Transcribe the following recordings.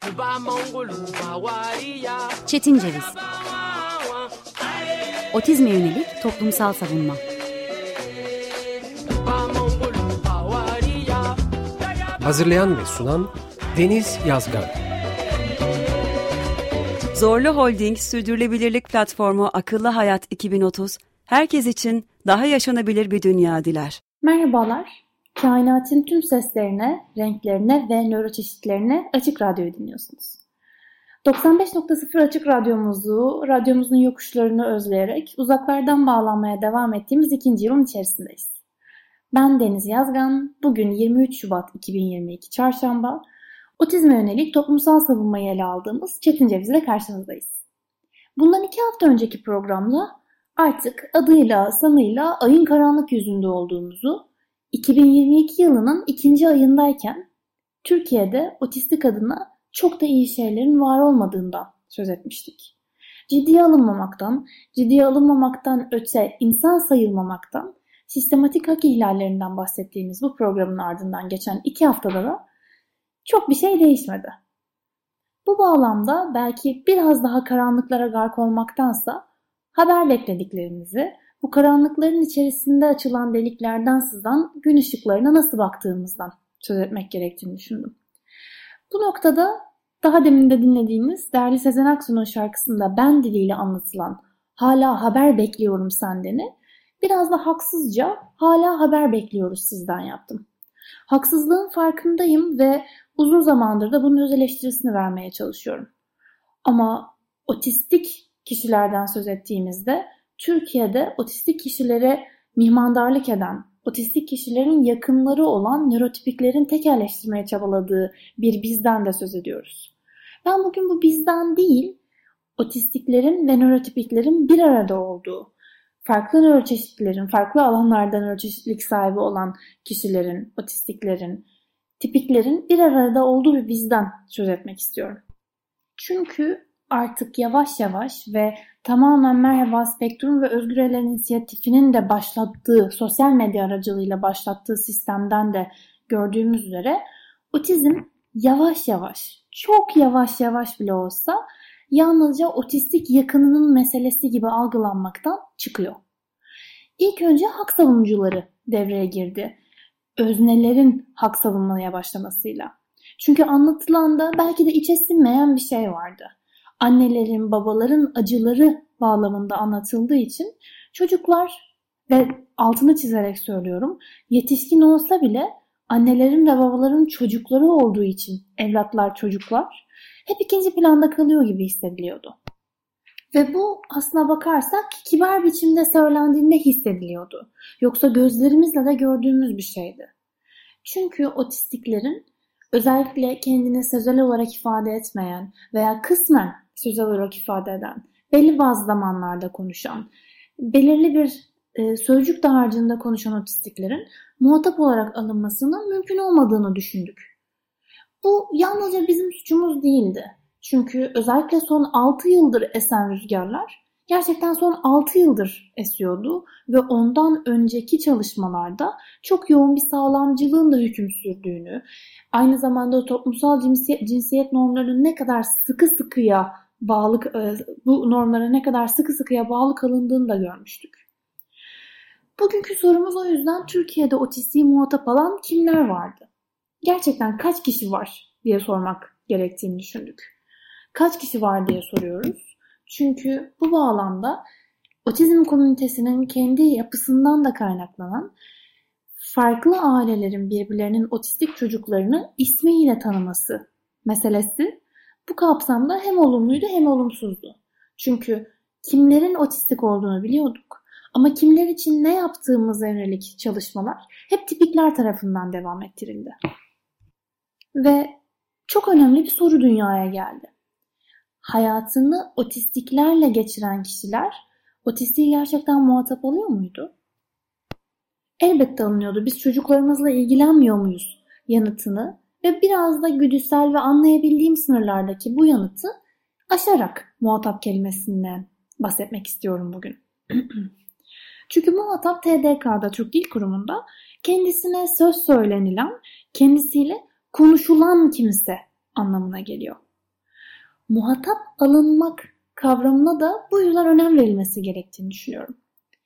Çetin Ceviz. Otizme yönelik toplumsal savunma. Hazırlayan ve sunan Deniz Yazgan. Zorlu Holding Sürdürülebilirlik Platformu Akıllı Hayat 2030, herkes için daha yaşanabilir bir dünya diler. Merhabalar, kainatın tüm seslerine, renklerine ve nöroçeşitlerine Açık Radyo'yu dinliyorsunuz. 95.0 Açık radyomuzun yokuşlarını özleyerek uzaklardan bağlanmaya devam ettiğimiz ikinci yılın içerisindeyiz. Ben Deniz Yazgan, bugün 23 Şubat 2022 Çarşamba, otizme yönelik toplumsal savunmayı ele aldığımız Çetin Ceviz ile karşınızdayız. Bundan 2 hafta önceki programda artık adıyla sanıyla ayın karanlık yüzünde olduğumuzu, 2022 yılının ikinci ayındayken Türkiye'de otistik adına çok da iyi şeylerin var olmadığından söz etmiştik. Ciddiye alınmamaktan öte insan sayılmamaktan, sistematik hak ihlallerinden bahsettiğimiz bu programın ardından geçen 2 haftada da çok bir şey değişmedi. Bu bağlamda belki biraz daha karanlıklara gark olmaktansa haber beklediklerimizi, bu karanlıkların içerisinde açılan deliklerden sızan gün ışıklarına nasıl baktığımızdan söz etmek gerektiğini düşündüm. Bu noktada daha demin de dinlediğimiz değerli Sezen Aksu'nun şarkısında ben diliyle anlatılan "Hala haber bekliyorum sendeni" biraz da haksızca "Hala haber bekliyoruz sizden" yaptım. Haksızlığın farkındayım ve uzun zamandır da bunun öz eleştirisini vermeye çalışıyorum. Ama otistik kişilerden söz ettiğimizde Türkiye'de otistik kişilere mihmandarlık eden, otistik kişilerin yakınları olan nörotipiklerin tekelleştirmeye çabaladığı bir bizden de söz ediyoruz. Ben bugün bu bizden değil, otistiklerin ve nörotipiklerin bir arada olduğu, farklı nöroçeşitlerin, farklı alanlarda nöroçeşitlilik sahibi olan kişilerin, otistiklerin, tipiklerin bir arada olduğu bir bizden söz etmek istiyorum. Çünkü artık yavaş yavaş ve tamamen Merhaba Spektrum ve Özgür Eller İnisiyatifi'nin de başlattığı, sosyal medya aracılığıyla başlattığı sistemden de gördüğümüz üzere otizm yavaş yavaş, çok yavaş yavaş bile olsa yalnızca otistik yakınının meselesi gibi algılanmaktan çıkıyor. İlk önce hak savunucuları devreye girdi. Öznelerin hak savunmaya başlamasıyla. Çünkü anlatılanda belki de içe sinmeyen bir şey vardı. Annelerin, babaların acıları bağlamında anlatıldığı için çocuklar, ve altını çizerek söylüyorum, yetişkin olsa bile annelerin ve babaların çocukları olduğu için evlatlar, çocuklar hep ikinci planda kalıyor gibi hissediliyordu. Ve bu aslına bakarsak kibar biçimde söylendiğinde hissediliyordu. Yoksa gözlerimizle de gördüğümüz bir şeydi. Çünkü otistiklerin özellikle kendini sözel olarak ifade etmeyen veya kısmen sözel olarak ifade eden, belli bazı zamanlarda konuşan, belirli bir sözcük dağarcığında konuşan otistiklerin muhatap olarak alınmasının mümkün olmadığını düşündük. Bu yalnızca bizim suçumuz değildi. Çünkü özellikle son 6 yıldır esen rüzgarlar gerçekten son 6 yıldır esiyordu ve ondan önceki çalışmalarda çok yoğun bir sağlamcılığın da hüküm sürdüğünü, aynı zamanda toplumsal cinsiyet normlarının ne kadar bu normlara ne kadar sıkı sıkıya bağlı kalındığını da görmüştük. Bugünkü sorumuz o yüzden Türkiye'de otistiği muhatap alan kimler vardı? Gerçekten kaç kişi var diye sormak gerektiğini düşündük. Kaç kişi var diye soruyoruz. Çünkü bu bağlamda otizm komünitesinin kendi yapısından da kaynaklanan farklı ailelerin birbirlerinin otistik çocuklarını ismiyle tanıması meselesi bu kapsamda hem olumluydu hem olumsuzdu. Çünkü kimlerin otistik olduğunu biliyorduk ama kimler için ne yaptığımıza yönelik çalışmalar hep tipikler tarafından devam ettirildi. Ve çok önemli bir soru dünyaya geldi. Hayatını otistiklerle geçiren kişiler otistiği gerçekten muhatap alıyor muydu? Elbette alınıyordu. Biz çocuklarımızla ilgilenmiyor muyuz yanıtını ve biraz da güdüsel ve anlayabildiğim sınırlardaki bu yanıtı aşarak muhatap kelimesinden bahsetmek istiyorum bugün. Çünkü muhatap TDK'da, Türk Dil Kurumu'nda kendisine söz söylenilen, kendisiyle konuşulan kimse anlamına geliyor. muhatap alınmak kavramına da bu yüzden önem verilmesi gerektiğini düşünüyorum.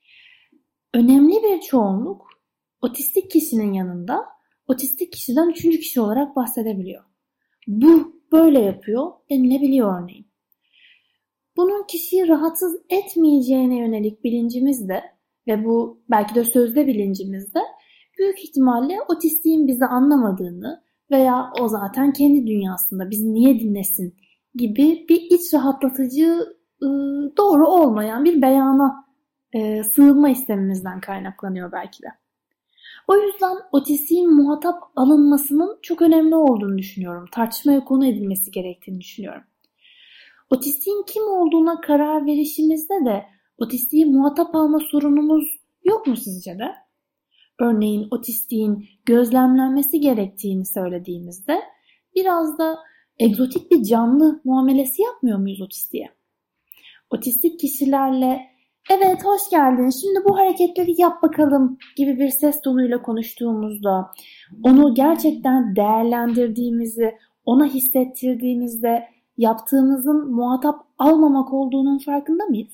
Önemli bir çoğunluk otistik kişinin yanında otistik kişiden üçüncü kişi olarak bahsedebiliyor. Bu böyle yapıyor denilebiliyor örneğin. Bunun kişiyi rahatsız etmeyeceğine yönelik bilincimiz de ve bu belki de sözde bilincimiz de büyük ihtimalle otistiğin bizi anlamadığını veya o zaten kendi dünyasında bizi niye dinlesin gibi bir iç rahatlatıcı doğru olmayan bir beyana sığınma istemimizden kaynaklanıyor belki de. O yüzden otistiğin muhatap alınmasının çok önemli olduğunu düşünüyorum. Tartışmaya konu edilmesi gerektiğini düşünüyorum. Otistiğin kim olduğuna karar verişimizde de otistiği muhatap alma sorunumuz yok mu sizce de? Örneğin otistiğin gözlemlenmesi gerektiğini söylediğimizde biraz da egzotik bir canlı muamelesi yapmıyor muyuz otistiğe? Otistik kişilerle "Evet, hoş geldin, şimdi bu hareketleri yap bakalım" gibi bir ses tonuyla konuştuğumuzda, onu gerçekten değerlendirdiğimizi, ona hissettirdiğimizde yaptığımızın muhatap almamak olduğunun farkında mıyız?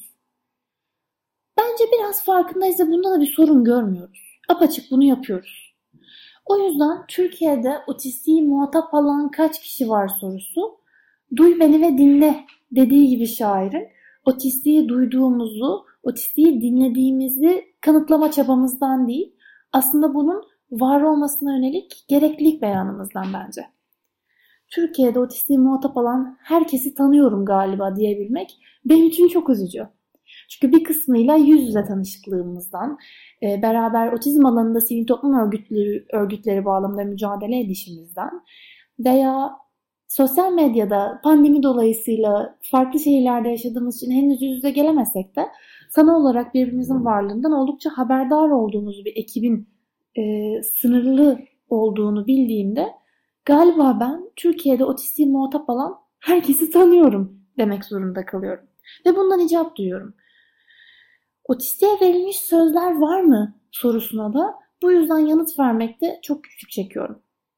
Bence biraz farkındayız ve bunda da bir sorun görmüyoruz. Apaçık bunu yapıyoruz. O yüzden Türkiye'de otistiği muhatap alan kaç kişi var sorusu, duy beni ve dinle dediği gibi şairin, otistiği duyduğumuzu, otistiği dinlediğimizi kanıtlama çabamızdan değil, aslında bunun var olmasına yönelik gereklilik beyanımızdan bence. Türkiye'de otistiği muhatap alan herkesi tanıyorum galiba diyebilmek benim için çok üzücü. Çünkü bir kısmıyla yüz yüze tanışıklığımızdan, beraber otizm alanında sivil toplum örgütleri bağlamında mücadele edişimizden veya sosyal medyada pandemi dolayısıyla farklı şehirlerde yaşadığımız için henüz yüz yüze gelemesek de sanal olarak birbirimizin varlığından oldukça haberdar olduğumuz bir ekibin sınırlı olduğunu bildiğimde galiba ben Türkiye'de otistiği muhatap alan herkesi tanıyorum demek zorunda kalıyorum. Ve bundan icap duyuyorum. Otistiğe verilmiş sözler var mı sorusuna da bu yüzden yanıt vermekte çok güçlük çekiyorum.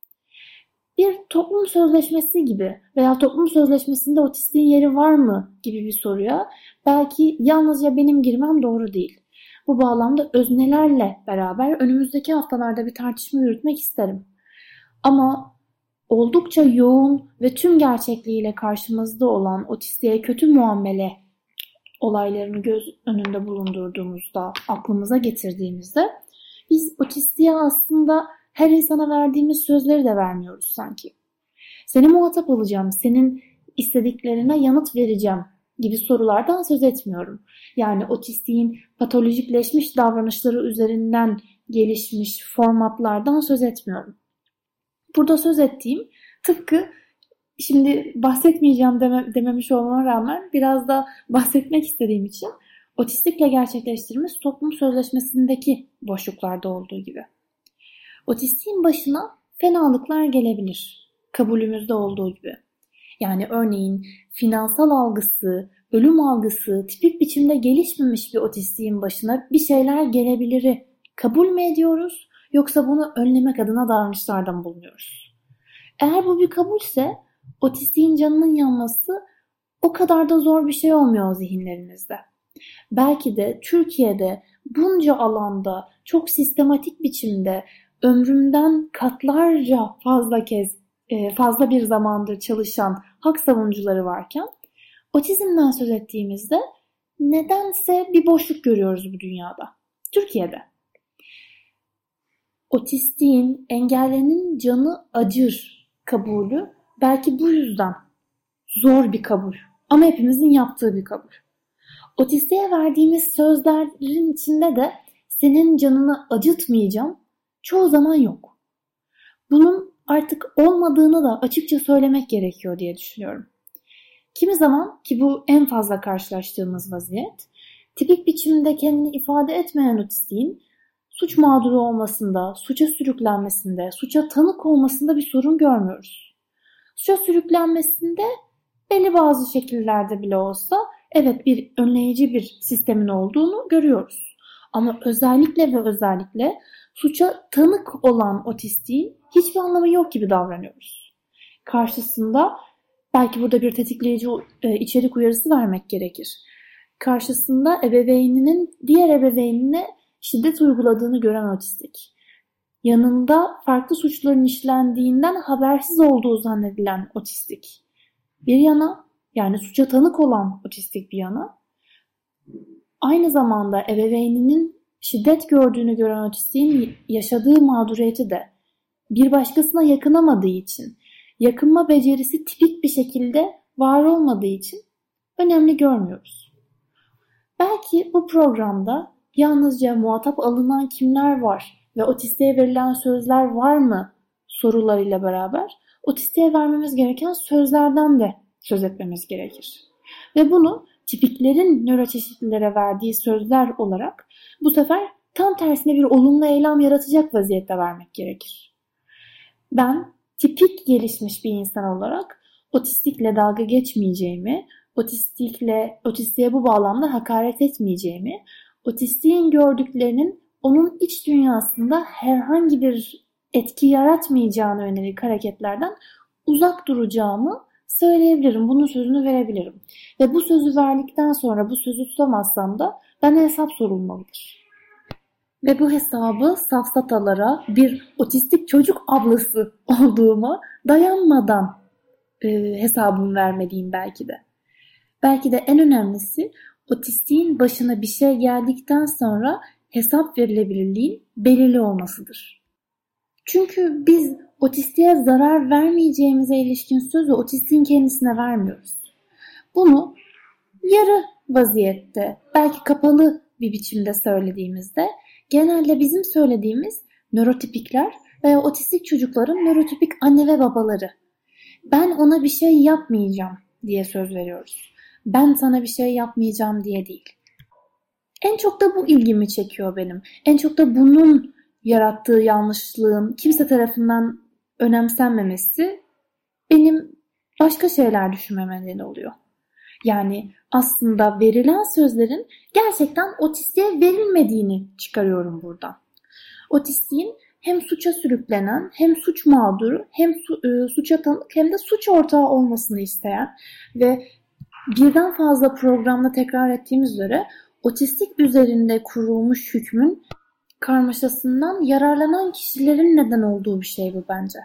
Bir toplum sözleşmesi gibi veya toplum sözleşmesinde otistiğin yeri var mı gibi bir soruya belki yalnızca benim girmem doğru değil. Bu bağlamda öznelerle beraber önümüzdeki haftalarda bir tartışma yürütmek isterim. Ama oldukça yoğun ve tüm gerçekliğiyle karşımızda olan otistiğe kötü muamele olaylarını göz önünde bulundurduğumuzda, aklımıza getirdiğimizde biz otistiğe aslında her insana verdiğimiz sözleri de vermiyoruz sanki. Seni muhatap alacağım, senin istediklerine yanıt vereceğim gibi sorulardan söz etmiyorum. Yani otistiğin patolojikleşmiş davranışları üzerinden gelişmiş formatlardan söz etmiyorum. Burada söz ettiğim tıpkı şimdi bahsetmeyeceğim dememiş olmama rağmen biraz da bahsetmek istediğim için otistikle gerçekleştirdiğimiz toplum sözleşmesindeki boşluklarda olduğu gibi. Otistiğin başına fenalıklar gelebilir. Kabulümüzde olduğu gibi. Yani örneğin finansal algısı, ölüm algısı tipik biçimde gelişmemiş bir otistiğin başına bir şeyler gelebiliri kabul mü ediyoruz yoksa bunu önlemek adına davranışlarda mı bulunuyoruz? Eğer bu bir kabulse otistiğin canının yanması o kadar da zor bir şey olmuyor o zihinlerimizde. Belki de Türkiye'de bunca alanda çok sistematik biçimde ömrümden katlarca fazla bir zamandır çalışan hak savunucuları varken otizmden söz ettiğimizde nedense bir boşluk görüyoruz bu dünyada. Türkiye'de. Otistiğin, engellenin canı acır kabulü belki bu yüzden zor bir kabul ama hepimizin yaptığı bir kabul. Otistiğe verdiğimiz sözlerin içinde de senin canını acıtmayacağım çoğu zaman yok. Bunun artık olmadığını da açıkça söylemek gerekiyor diye düşünüyorum. Kimi zaman ki bu en fazla karşılaştığımız vaziyet, tipik biçimde kendini ifade etmeyen otistiğin suç mağduru olmasında, suça sürüklenmesinde, suça tanık olmasında bir sorun görmüyoruz. Suça sürüklenmesinde belli bazı şekillerde bile olsa evet bir önleyici bir sistemin olduğunu görüyoruz. Ama özellikle suça tanık olan otistiğin hiçbir anlamı yok gibi davranıyoruz. Karşısında Belki burada bir tetikleyici içerik uyarısı vermek gerekir. Karşısında ebeveyninin diğer ebeveynine şiddet uyguladığını gören otistik. Yanında farklı suçların işlendiğinden habersiz olduğu zannedilen otistik. Bir yana, yani suça tanık olan otistik bir yana, aynı zamanda ebeveyninin şiddet gördüğünü gören otistiğin yaşadığı mağduriyeti de bir başkasına yakınamadığı için, yakınma becerisi tipik bir şekilde var olmadığı için önemli görmüyoruz. Belki bu programda yalnızca muhatap alınan kimler var ve otistiğe verilen sözler var mı sorularıyla beraber otistiğe vermemiz gereken sözlerden de söz etmemiz gerekir. Ve bunu tipiklerin nöroçeşitlilere verdiği sözler olarak bu sefer tam tersine bir olumlu eylem yaratacak vaziyette vermek gerekir. Ben tipik gelişmiş bir insan olarak otistikle dalga geçmeyeceğimi, otistiğe bu bağlamda hakaret etmeyeceğimi, otistiğin gördüklerinin onun iç dünyasında herhangi bir etki yaratmayacağına yönelik hareketlerden uzak duracağımı söyleyebilirim. Bunun sözünü verebilirim. Ve bu sözü verdikten sonra bu sözü tutamazsam da bana hesap sorulmalıdır. Ve bu hesabı safsatalara bir otistik çocuk ablası olduğuma dayanmadan hesabımı vermeliyim belki de. Belki de en önemlisi otistiğin başına bir şey geldikten sonra hesap verilebilirliğin belirli olmasıdır. Çünkü biz otistiğe zarar vermeyeceğimize ilişkin sözü otistiğin kendisine vermiyoruz. Bunu yarı vaziyette, belki kapalı bir biçimde söylediğimizde genelde bizim söylediğimiz nörotipikler veya otistik çocukların nörotipik anne ve babaları. Ben ona bir şey yapmayacağım diye söz veriyoruz. Ben sana bir şey yapmayacağım diye değil. En çok da bu ilgimi çekiyor benim. En çok da bunun yarattığı yanlışlığın kimse tarafından önemsenmemesi benim başka şeyler düşünmeme neden oluyor. Yani aslında verilen sözlerin gerçekten otistiğe verilmediğini çıkarıyorum buradan. Otistiğin hem suça sürüklenen, hem suç mağduru, hem suça tanık, hem de suç ortağı olmasını isteyen ve birden fazla programda tekrar ettiğimiz üzere otistik üzerinde kurulmuş hükmün karmaşasından yararlanan kişilerin neden olduğu bir şey bu bence.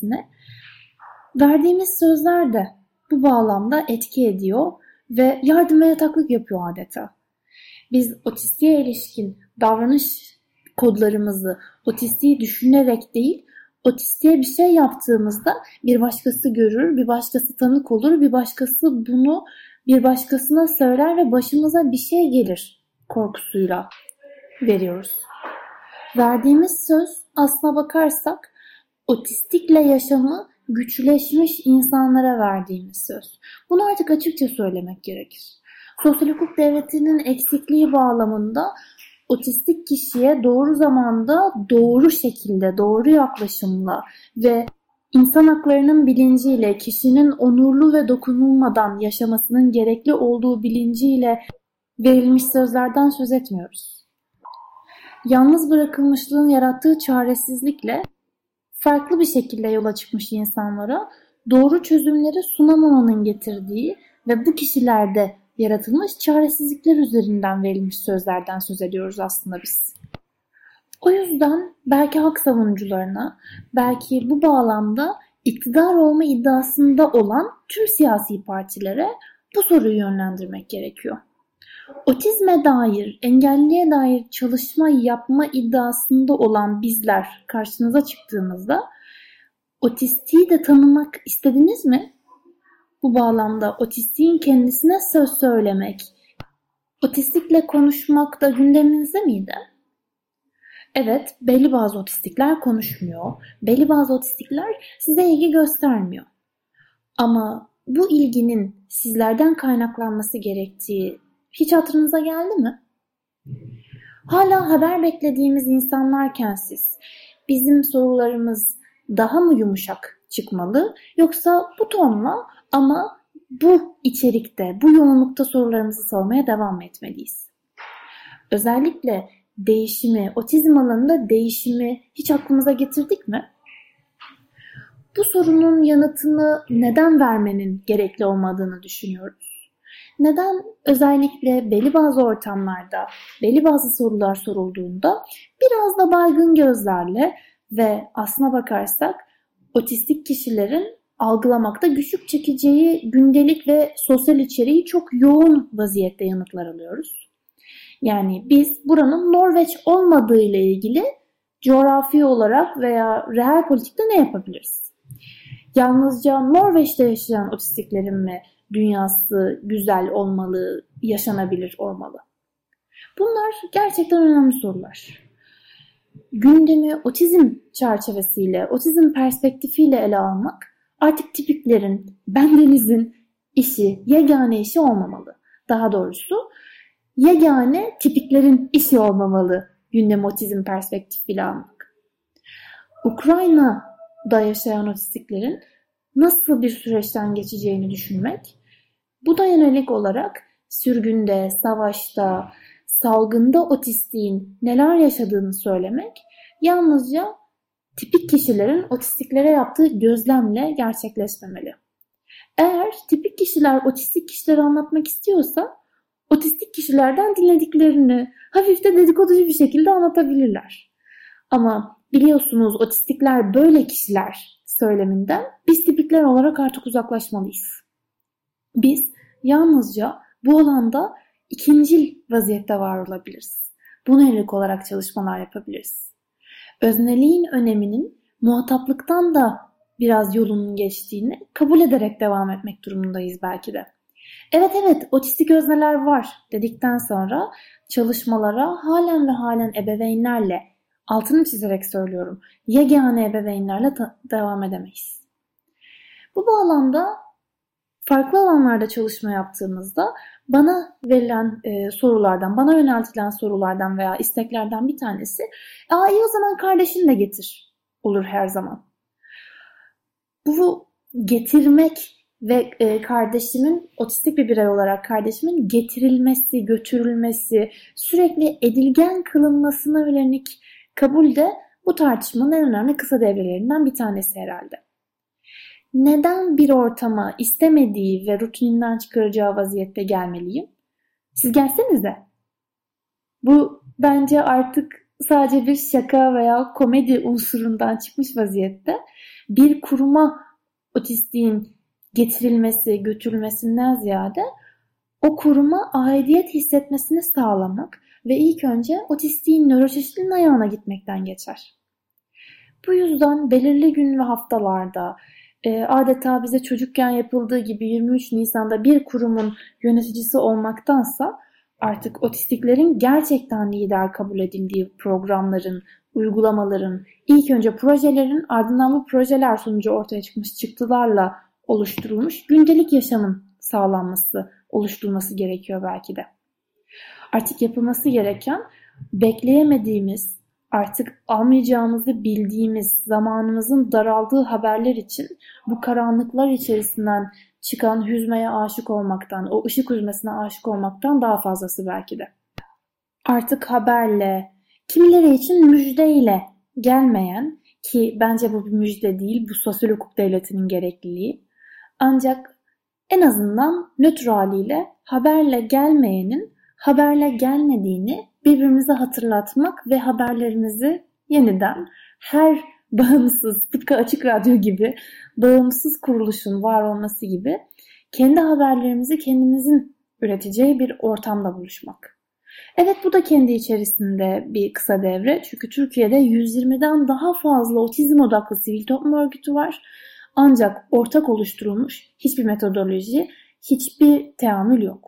Verdiğimiz sözler de bu bağlamda etki ediyor ve yardım ve yataklık yapıyor adeta. Biz otistiğe ilişkin davranış kodlarımızı otistiği düşünerek değil, otistiğe bir şey yaptığımızda bir başkası görür, bir başkası tanık olur, bir başkası bunu bir başkasına söyler ve başımıza bir şey gelir korkusuyla veriyoruz. Verdiğimiz söz aslına bakarsak otistikle yaşamı güçleşmiş insanlara verdiğimiz söz. Bunu artık açıkça söylemek gerekir. Sosyal hukuk devletinin eksikliği bağlamında otistik kişiye doğru zamanda, doğru şekilde, doğru yaklaşımla ve insan haklarının bilinciyle, kişinin onurlu ve dokunulmadan yaşamasının gerekli olduğu bilinciyle verilmiş sözlerden söz etmiyoruz. Yalnız bırakılmışlığın yarattığı çaresizlikle farklı bir şekilde yola çıkmış insanlara doğru çözümleri sunamamanın getirdiği ve bu kişilerde yaratılmış çaresizlikler üzerinden verilmiş sözlerden söz ediyoruz aslında biz. O yüzden belki hak savunucularına, belki bu bağlamda iktidar olma iddiasında olan tüm siyasi partilere bu soruyu yönlendirmek gerekiyor. Otizme dair, engelliliğe dair çalışma yapma iddiasında olan bizler karşınıza çıktığımızda otistiği de tanımak istediniz mi? Bu bağlamda otistiğin kendisine söz söylemek, otistikle konuşmak da gündeminizde miydi? Evet, belli bazı otistikler konuşmuyor, belli bazı otistikler size ilgi göstermiyor. Ama bu ilginin sizlerden kaynaklanması gerektiği hiç hatırınıza geldi mi? Hala haber beklediğimiz insanlarken siz, bizim sorularımız daha mı yumuşak çıkmalı yoksa bu tonla ama bu içerikte, bu yoğunlukta sorularımızı sormaya devam etmeliyiz. Özellikle değişimi, otizm alanında değişimi hiç aklımıza getirdik mi? bu sorunun yanıtını neden vermenin gerekli olmadığını düşünüyoruz. Neden özellikle belli bazı ortamlarda, belli bazı sorular sorulduğunda biraz da baygın gözlerle ve aslına bakarsak otistik kişilerin algılamakta güçlük çekeceği gündelik ve sosyal içeriği çok yoğun vaziyette yanıtlar alıyoruz. Yani biz buranın Norveç olmadığı ile ilgili coğrafi olarak veya reel politikte ne yapabiliriz? Yalnızca Norveç'te yaşayan otistiklerin mi dünyası güzel olmalı, yaşanabilir olmalı? Bunlar gerçekten önemli sorular. Gündemi otizm çerçevesiyle, otizm perspektifiyle ele almak artık tipiklerin, bendenizin işi, yegane işi olmamalı. Daha doğrusu yegane tipiklerin işi olmamalı gündemi otizm perspektifiyle almak. Ukrayna'da yaşayan otistiklerin nasıl bir süreçten geçeceğini düşünmek, bu da yönelik olarak sürgünde, savaşta, salgında otistiğin neler yaşadığını söylemek yalnızca tipik kişilerin otistiklere yaptığı gözlemle gerçekleşmemeli. Eğer tipik kişiler otistik kişileri anlatmak istiyorsa otistik kişilerden dinlediklerini hafif de dedikoducu bir şekilde anlatabilirler. Ama biliyorsunuz otistikler böyle kişiler söyleminden biz tipikler olarak artık uzaklaşmalıyız. Biz yalnızca bu alanda ikincil vaziyette var olabiliriz. Buna yönelik olarak çalışmalar yapabiliriz. Özneliğin öneminin muhataplıktan da biraz yolunun geçtiğini kabul ederek devam etmek durumundayız belki de. Evet otistik özneler var dedikten sonra çalışmalara halen ebeveynlerle, altını çizerek söylüyorum, yegane ebeveynlerle devam edemeyiz. Bu bağlamda farklı alanlarda çalışma yaptığımızda bana verilen sorulardan, bana yöneltilen sorulardan veya isteklerden bir tanesi iyi o zaman kardeşini de getir olur her zaman. Bu getirmek ve kardeşimin, otistik bir birey olarak kardeşimin getirilmesi, götürülmesi, sürekli edilgen kılınmasına yönelik kabul de bu tartışmanın en önemli kısa devrelerinden bir tanesi herhalde. Neden bir ortama istemediği ve rutininden çıkaracağı vaziyette gelmeliyim? Siz gelsenize. Bu bence artık sadece bir şaka veya komedi unsurundan çıkmış vaziyette. Bir kuruma otistiğin getirilmesi, götürülmesinden ziyade o kuruma aidiyet hissetmesini sağlamak ve ilk önce otistiğin nöroçeşitliliğinin ayağına gitmekten geçer. Bu yüzden belirli gün ve haftalarda adeta bize çocukken yapıldığı gibi 23 Nisan'da bir kurumun yöneticisi olmaktansa artık otistiklerin gerçekten lider kabul edildiği programların, uygulamaların, ilk önce projelerin, ardından bu projeler sonucu ortaya çıkmış çıktılarla oluşturulmuş gündelik yaşamın sağlanması, oluşturulması gerekiyor belki de. Artık yapılması gereken bekleyemediğimiz, artık almayacağımızı bildiğimiz, zamanımızın daraldığı haberler için bu karanlıklar içerisinden çıkan hüzmeye aşık olmaktan, o ışık hüzmesine aşık olmaktan daha fazlası belki de. Artık haberle, kimileri için müjdeyle gelmeyen, ki bence bu bir müjde değil, bu sosyal hukuk devletinin gerekliliği, ancak en azından nötr haliyle haberle gelmeyenin haberle gelmediğini birbirimize hatırlatmak ve haberlerimizi yeniden her bağımsız, tıpkı Açık Radyo gibi bağımsız kuruluşun var olması gibi kendi haberlerimizi kendimizin üreteceği bir ortamda buluşmak. Evet, bu da kendi içerisinde bir kısa devre. Çünkü Türkiye'de 120'den daha fazla otizm odaklı sivil toplum örgütü var. Ancak ortak oluşturulmuş hiçbir metodoloji, hiçbir teamül yok.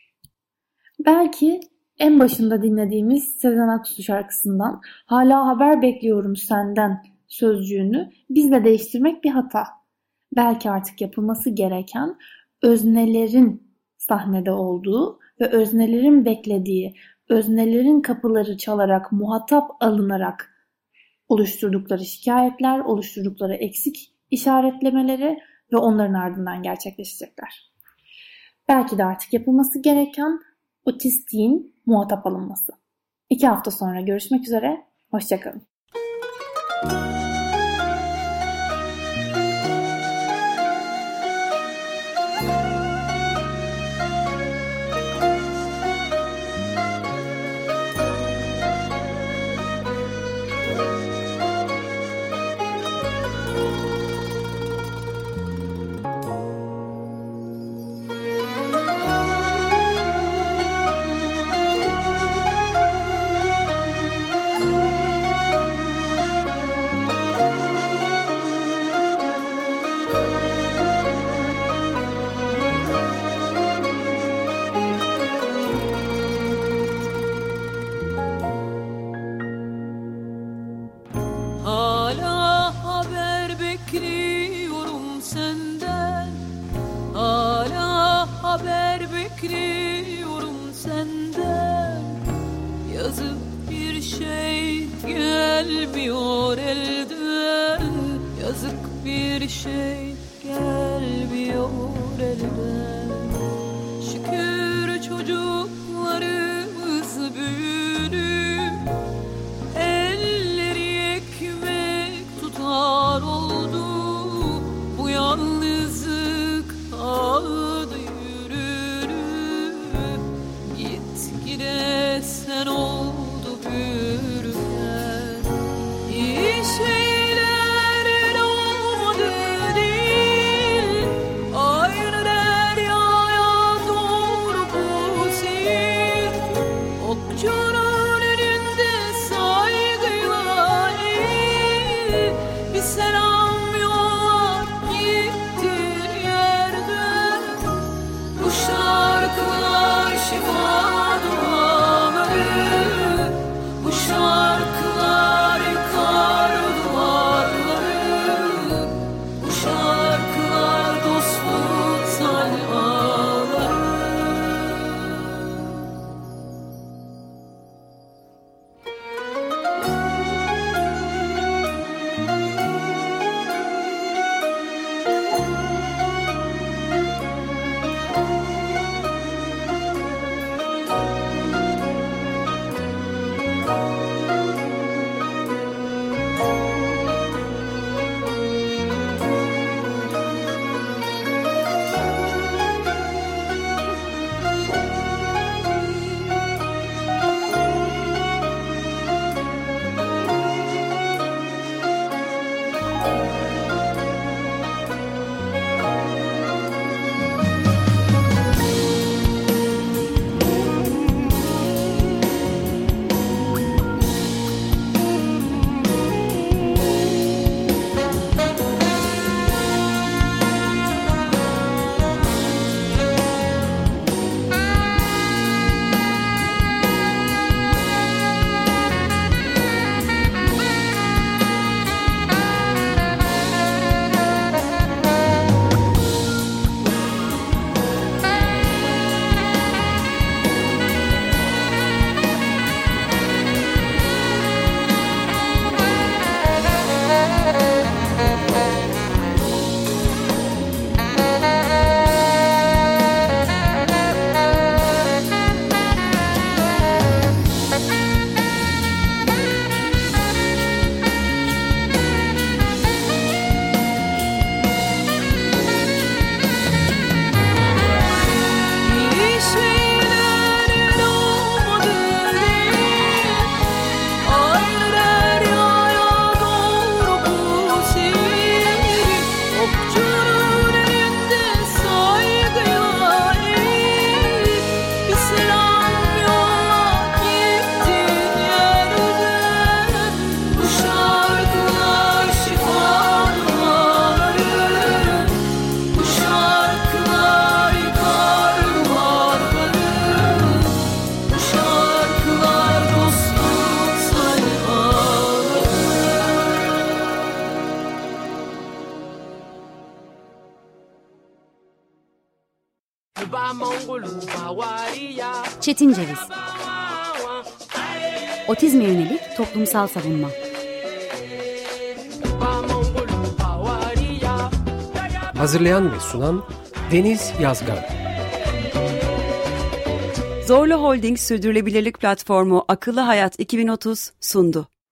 Belki en başında dinlediğimiz Sezen Aksu şarkısından "Hala haber bekliyorum senden" sözcüğünü bizle değiştirmek bir hata. Belki artık yapılması gereken öznelerin sahnede olduğu ve öznelerin beklediği, öznelerin kapıları çalarak, muhatap alınarak oluşturdukları şikayetler, oluşturdukları eksik işaretlemeleri ve onların ardından gerçekleşecekler. Belki de artık yapılması gereken otistiğin muhatap alınması. 2 hafta sonra görüşmek üzere, hoşça kalın. haber bekliyorum senden. Yazıp bir şey gelmiyor elden. Yazık bir şey gelmiyor elden. Şükür çocuklarımız büyüdü. Elleri ekmek tutar oldu. Bu yalnızlık aldı yürürü. Gitgide sen oldu bürüyen. İyi şeyler olmadı değil. Aynı deryaya doğru bu sil. Okçunun önünde saygıyla eğil. Bir selam yolla gittin yerden. Bu şarkılar şifa duaları. Bu şarkılar yıkar duvarları. Bu şarkılar dostluk salvaları. İyi şeyler olmadı değil. Aynı deryaya doğru bu sil. Okçunun önünde saygıyla eğil. Bir selam yolla gittin yerden. Bu şarkılar şifa duaları. Bu şarkılar yıkar duvarları. Bu şarkılar dostluk salvaları. Çetin Ceviz. Otizme yönelik toplumsal savunma. Hazırlayan ve sunan Deniz Yazgan. Zorlu Holding Sürdürülebilirlik Platformu Akıllı Hayat 2030 sundu.